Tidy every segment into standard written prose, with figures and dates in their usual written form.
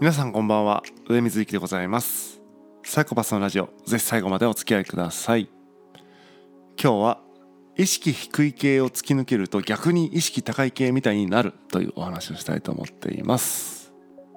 皆さんこんばんは、上水幸でございます。サイコパスのラジオ、ぜひ最後までお付き合いください。今日は意識低い系を突き抜けると逆に意識高い系みたいになるというお話をしたいと思っています。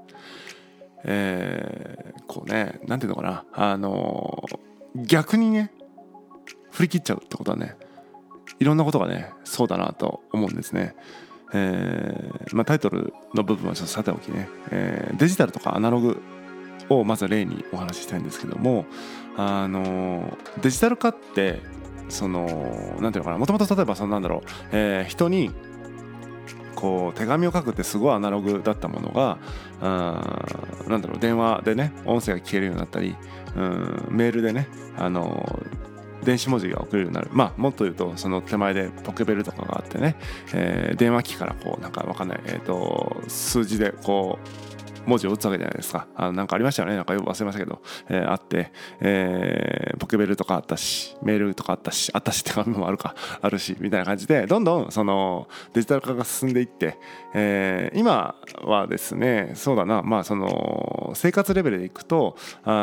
こうね、なんていうのかな、逆にね振り切っちゃうってことはね、いろんなことがねそうだなと思うんですね。タイトルの部分はちょっとさておきね、デジタルとかアナログをまず例にお話ししたいんですけども、デジタル化ってそのなんていうのかな、もともと例えば人にこう手紙を書くってすごいアナログだったものが電話でね音声が聞けるようになったり、メールでね電子文字が送れるようになる。もっと言うとその手前でポケベルとかがあってね、電話機からこうなんかわかんない、数字でこう文字を打つわけじゃないですか。なんかありましたよね。なんかよく忘れましたけど、あって、ポケベルとかあったし、メールとかあったし手紙もあるしみたいな感じでどんどんそのデジタル化が進んでいって、今はですね、そうだな、その生活レベルでいくと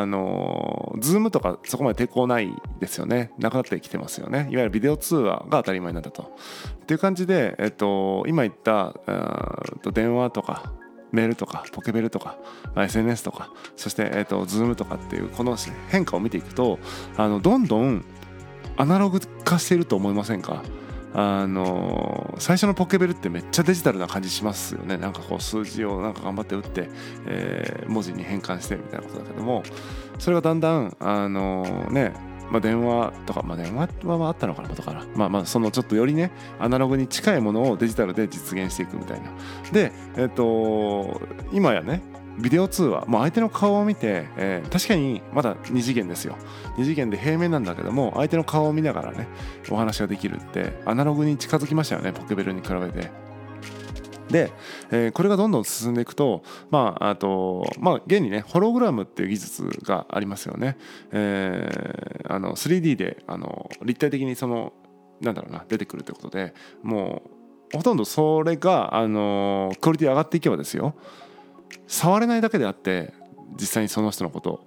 Zoom とかそこまで抵抗ないですよね。なくなってきてますよね。いわゆるビデオ通話が当たり前なんだとっていう感じで、今言った電話とかメールとかポケベルとか、SNS とか、そして、Zoom とかっていうこの変化を見ていくとどんどんアナログ化していると思いませんか？最初のポケベルってめっちゃデジタルな感じしますよね。なんかこう数字をなんか頑張って打って、文字に変換してみたいなことだけども、それがだんだん電話とか、電話はあったのかな、元から、そのちょっとよりねアナログに近いものをデジタルで実現していくみたいな。で、今やねビデオ通話、相手の顔を見て、確かにまだ2次元ですよ。2次元で平面なんだけども、相手の顔を見ながらねお話ができるってアナログに近づきましたよね、ポケベルに比べて。で、これがどんどん進んでいくと、現にねホログラムっていう技術がありますよね。3D で立体的にその出てくるってことで、もうほとんどそれがクオリティ上がっていけばですよ、触れないだけであって実際にその人のこと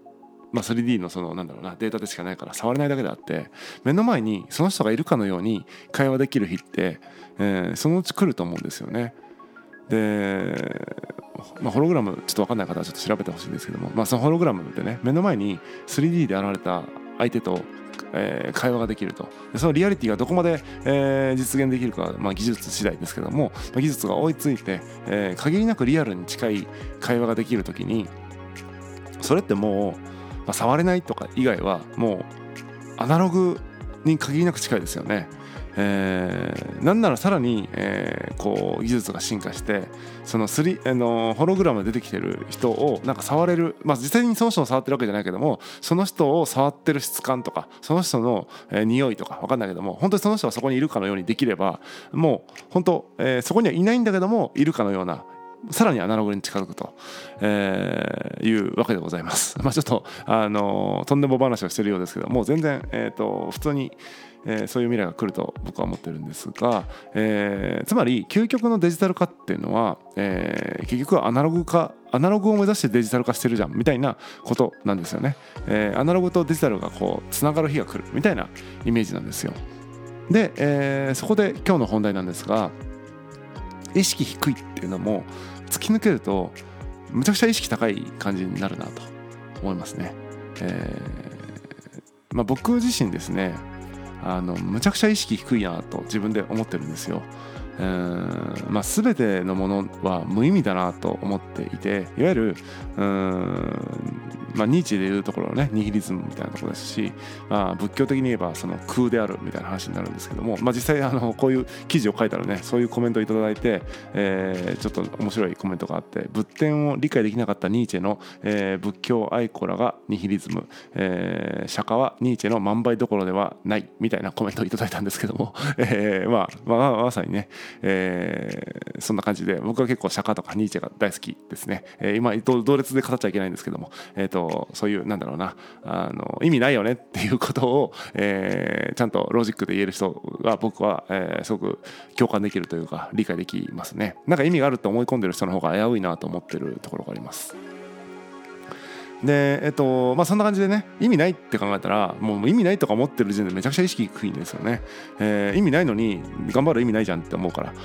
3D のそのデータでしかないから触れないだけであって、目の前にその人がいるかのように会話できる日って、そのうち来ると思うんですよね。で、ホログラムちょっと分かんない方はちょっと調べてほしいんですけども、そのホログラムってね、目の前に 3D で現れた相手と会話ができると。でそのリアリティがどこまで、実現できるかは、技術次第ですけども、技術が追いついて、限りなくリアルに近い会話ができるときに、それってもう、触れないとか以外はもうアナログに限りなく近いですよね。なんならさらに、こう技術が進化して、そのホログラムで出てきてる人をなんか触れる、実際にその人を触ってるわけじゃないけども、その人を触ってる質感とかその人の、匂いとか分かんないけども、本当にその人がそこにいるかのようにできれば、もう本当、そこにはいないんだけどもいるかのような、さらにアナログに近づくと、いうわけでございます。ちょっととんでも話をしているようですけども、全然、普通に、そういう未来が来ると僕は思ってるんですが、つまり究極のデジタル化っていうのは、結局はアナログを目指してデジタル化してるじゃんみたいなことなんですよね。アナログとデジタルがこうつながる日が来るみたいなイメージなんですよ。で、そこで今日の本題なんですが、意識低いっていうのも突き抜けるとむちゃくちゃ意識高い感じになるなと思いますね。僕自身ですね、むちゃくちゃ意識低いなと自分で思ってるんですよ。全てのものは無意味だなと思っていて、いわゆるニーチェでいうところのねニヒリズムみたいなところですし、仏教的に言えばその空であるみたいな話になるんですけども、実際こういう記事を書いたらね、そういうコメントをいただいて、ちょっと面白いコメントがあって、仏典を理解できなかったニーチェの、仏教愛好らがニヒリズム、釈迦はニーチェの万倍どころではないみたいなコメントをいただいたんですけども、まさにねそんな感じで僕は結構釈迦とかニーチェが大好きですね。今同列で語っちゃいけないんですけども、そういうなんだろうな意味ないよねっていうことを、ちゃんとロジックで言える人が僕は、すごく共感できるというか理解できますね。なんか意味があるって思い込んでる人の方が危ういなと思ってるところがあります。でそんな感じでね、意味ないって考えたらもう意味ないとか思ってる時点でめちゃくちゃ意識低いんですよね。意味ないのに頑張る意味ないじゃんって思うから、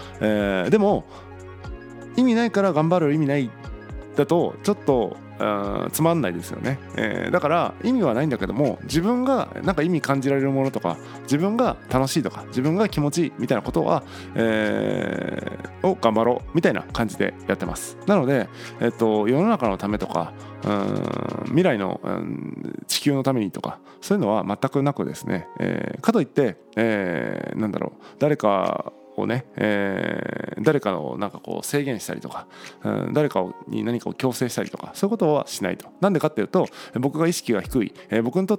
でも意味ないから頑張る意味ないだとちょっとつまんないですよね。だから意味はないんだけども、自分がなんか意味感じられるものとか、自分が楽しいとか自分が気持ちいいみたいなことは、を頑張ろうみたいな感じでやってます。なので、世の中のためとか未来の地球のためにとかそういうのは全くなくですね、かといって、なんだろう、誰かをね、誰かのなんかこう制限したりとか、誰かに何かを強制したりとかそういうことはしないと。なんでかっていうと、僕が意識が低い、僕にとって、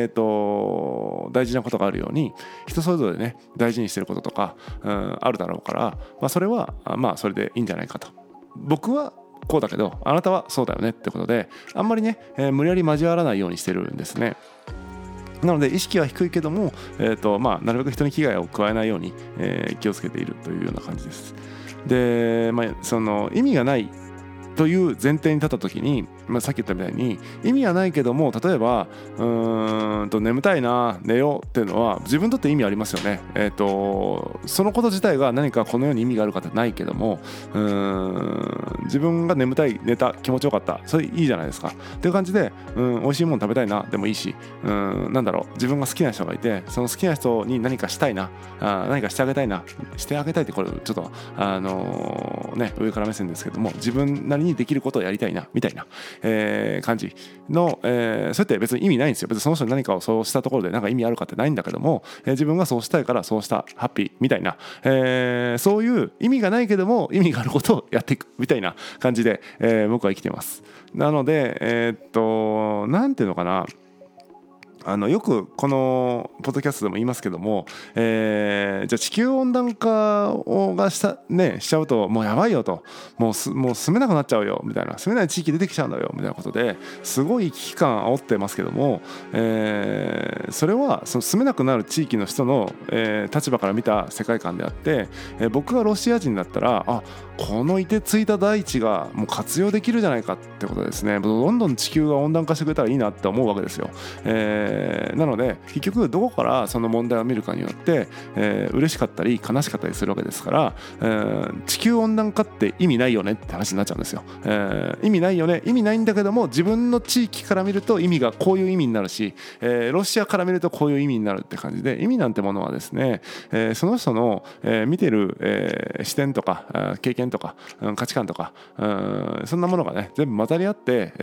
大事なことがあるように人それぞれね大事にしてることとか、あるだろうから、それはそれでいいんじゃないかと。僕はこうだけどあなたはそうだよねってことで、あんまりね、無理やり交わらないようにしてるんですね。なので意識は低いけども、なるべく人に危害を加えないように、気をつけているというような感じです。で、その意味がないという前提に立った時に、さっき言ったみたいに意味はないけども、例えば眠たいな、寝ようっていうのは自分にとって意味ありますよね。そのこと自体が何かこの世に意味があるかってないけども、自分が眠たい、寝た、気持ちよかった、それいいじゃないですかっていう感じで、美味しいもの食べたいなでもいいし、なんだろう、自分が好きな人がいてその好きな人に何かしたいな、何かしてあげたいな、してあげたいってこれちょっと上から目線ですけども、自分なりにできることをやりたいなみたいな感じの、それって別に意味ないんですよ。別にその人に何かをそうしたところで何か意味あるかってないんだけども、自分がそうしたいからそうした、ハッピーみたいな、そういう意味がないけども意味があることをやっていくみたいな感じで、僕は生きています。なのでなんていうのかな、よくこのポッドキャストでも言いますけども、じゃあ地球温暖化がしちゃうともうやばいよと、もう住めなくなっちゃうよみたいな、住めない地域出てきちゃうんだよみたいなことですごい危機感煽ってますけども、それはその住めなくなる地域の人の、立場から見た世界観であって、僕がロシア人だったらこの凍てついた大地がもう活用できるじゃないかってことですね。どんどん地球が温暖化してくれたらいいなって思うわけですよ。なので結局どこからその問題を見るかによって、嬉しかったり悲しかったりするわけですから、地球温暖化って意味ないよねって話になっちゃうんですよ。意味ないよね、意味ないんだけども自分の地域から見ると意味がこういう意味になるし、ロシアから見るとこういう意味になるって感じで、意味なんてものはですね、その人の、見てる、視点とか経験とか価値観とかそんなものがね全部混ざり合って、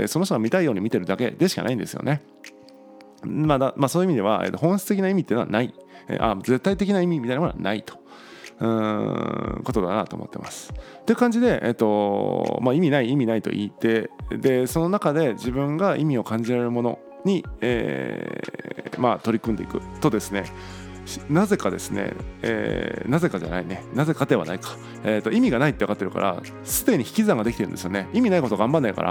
その人が見たいように見てるだけでしかないんですよね。そういう意味では本質的な意味っていうのはない、絶対的な意味みたいなものはないとことだなと思ってます。という感じで、意味ないと言って、でその中で自分が意味を感じられるものに、取り組んでいくとですね、なぜかですね、なぜかじゃないね、なぜかではないか、意味がないって分かってるからすでに引き算ができてるんですよね。意味ないこと頑張んないから、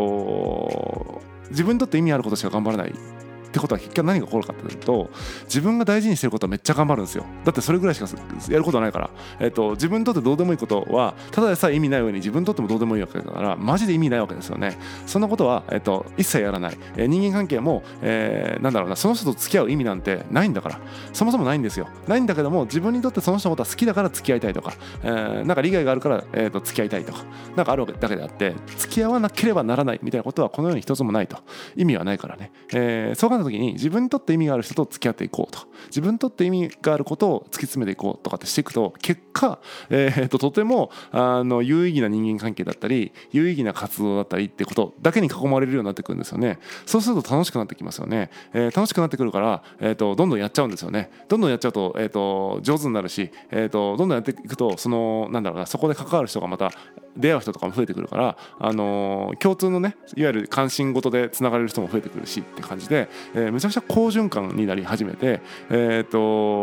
自分にとって意味あることしか頑張らないってことは結局何が起こるかというと、自分が大事にしてることはめっちゃ頑張るんですよ。だってそれぐらいしかやることはないから、自分にとってどうでもいいことはただでさえ意味ない上に自分にとってもどうでもいいわけだからマジで意味ないわけですよね。そんなことは、一切やらない、人間関係も、その人と付き合う意味なんてないんだから、そもそもないんですよ。ないんだけども自分にとってその人のことは好きだから付き合いたいとか、なんか利害があるから、付き合いたいとかなんかあるだけであって、付き合わなければならないみたいなことはこの世に一つもないと。意味はないからね、そう考えた時に自分にとって意味がある人と付き合っていこうと、自分にとって意味があることを突き詰めていこうとかってしていくと結果、とても有意義な人間関係だったり有意義な活動だったりってことだけに囲まれるようになってくるんですよね。そうすると楽しくなってきますよね。楽しくなってくるから、どんどんやっちゃうんですよね。どんどんやっちゃうと、上手になるし、どんどんやっていくとそこで関わる人がまた出会う人とかも増えてくるから、共通のねいわゆる関心事でつながれる人も増えてくるしって感じで、めちゃくちゃ好循環になり始めて、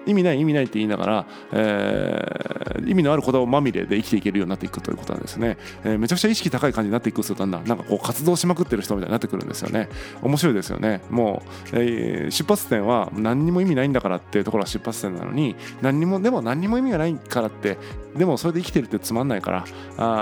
意味ないって言いながら、意味のある言葉まみれで生きていけるようになっていくということなんですね。めちゃくちゃ意識高い感じになっていくとだんだんなんかこう活動しまくってる人みたいになってくるんですよね。面白いですよね。もう、出発点は何にも意味ないんだからっていうところが出発点なのに、何にも意味がないからって、でもそれで生きてるってつまんないから、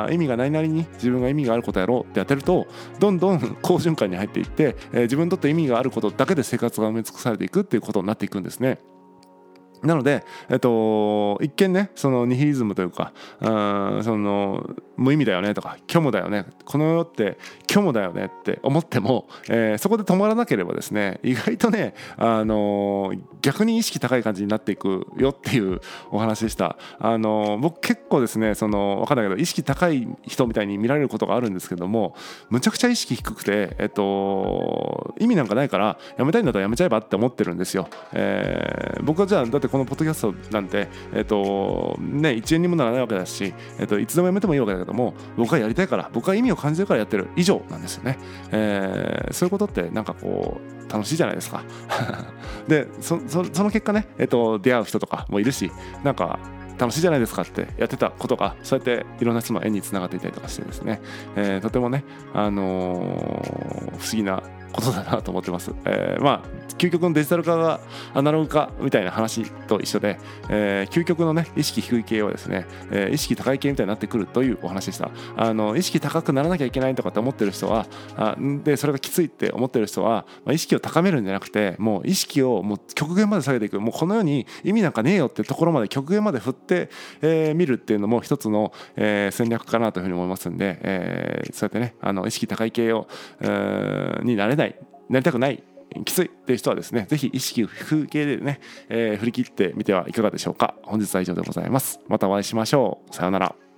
意味がないなりに自分が意味があることやろうってやってると、どんどん好循環に入っていって、自分にとって意味があることだけで生活が埋め尽くされていくっていうことになっていくんですね。なので、一見ね、そのニヒリズムというか、その無意味だよねとか虚無だよね、この世って虚無だよねって思っても、そこで止まらなければですね、意外とね、逆に意識高い感じになっていくよっていうお話でした。僕結構ですね、分かんないけど意識高い人みたいに見られることがあるんですけども、むちゃくちゃ意識低くて、意味なんかないからやめたいんだったらやめちゃえばって思ってるんですよ。僕はじゃあだってこのポッドキャストなんて、1円にもならないわけだし、いつでもやめてもいいわけだけども、僕はやりたいから、僕は意味を感じるからやってる以上なんですよね。そういうことってなんかこう楽しいじゃないですか。でその結果ね、出会う人とかもいるし、なんか楽しいじゃないですかってやってたことがそうやっていろんな人の縁につながっていたりとかしてですね、とてもね、不思議なことだなと思ってます。究極のデジタル化がアナログ化みたいな話と一緒で、究極のね意識低い系はですね、意識高い系みたいになってくるというお話でした。意識高くならなきゃいけないとかって思ってる人は、でそれがきついって思ってる人は、意識を高めるんじゃなくて、もう意識をもう極限まで下げていく、もうこの世に意味なんかねえよってところまで極限まで振って、見るっていうのも一つの、戦略かなというふうに思いますんで、そうやってね意識高い系を、になりたくない、きついっていう人はですね、ぜひ意識低い系でね、振り切ってみてはいかがでしょうか。本日は以上でございます。またお会いしましょう。さようなら。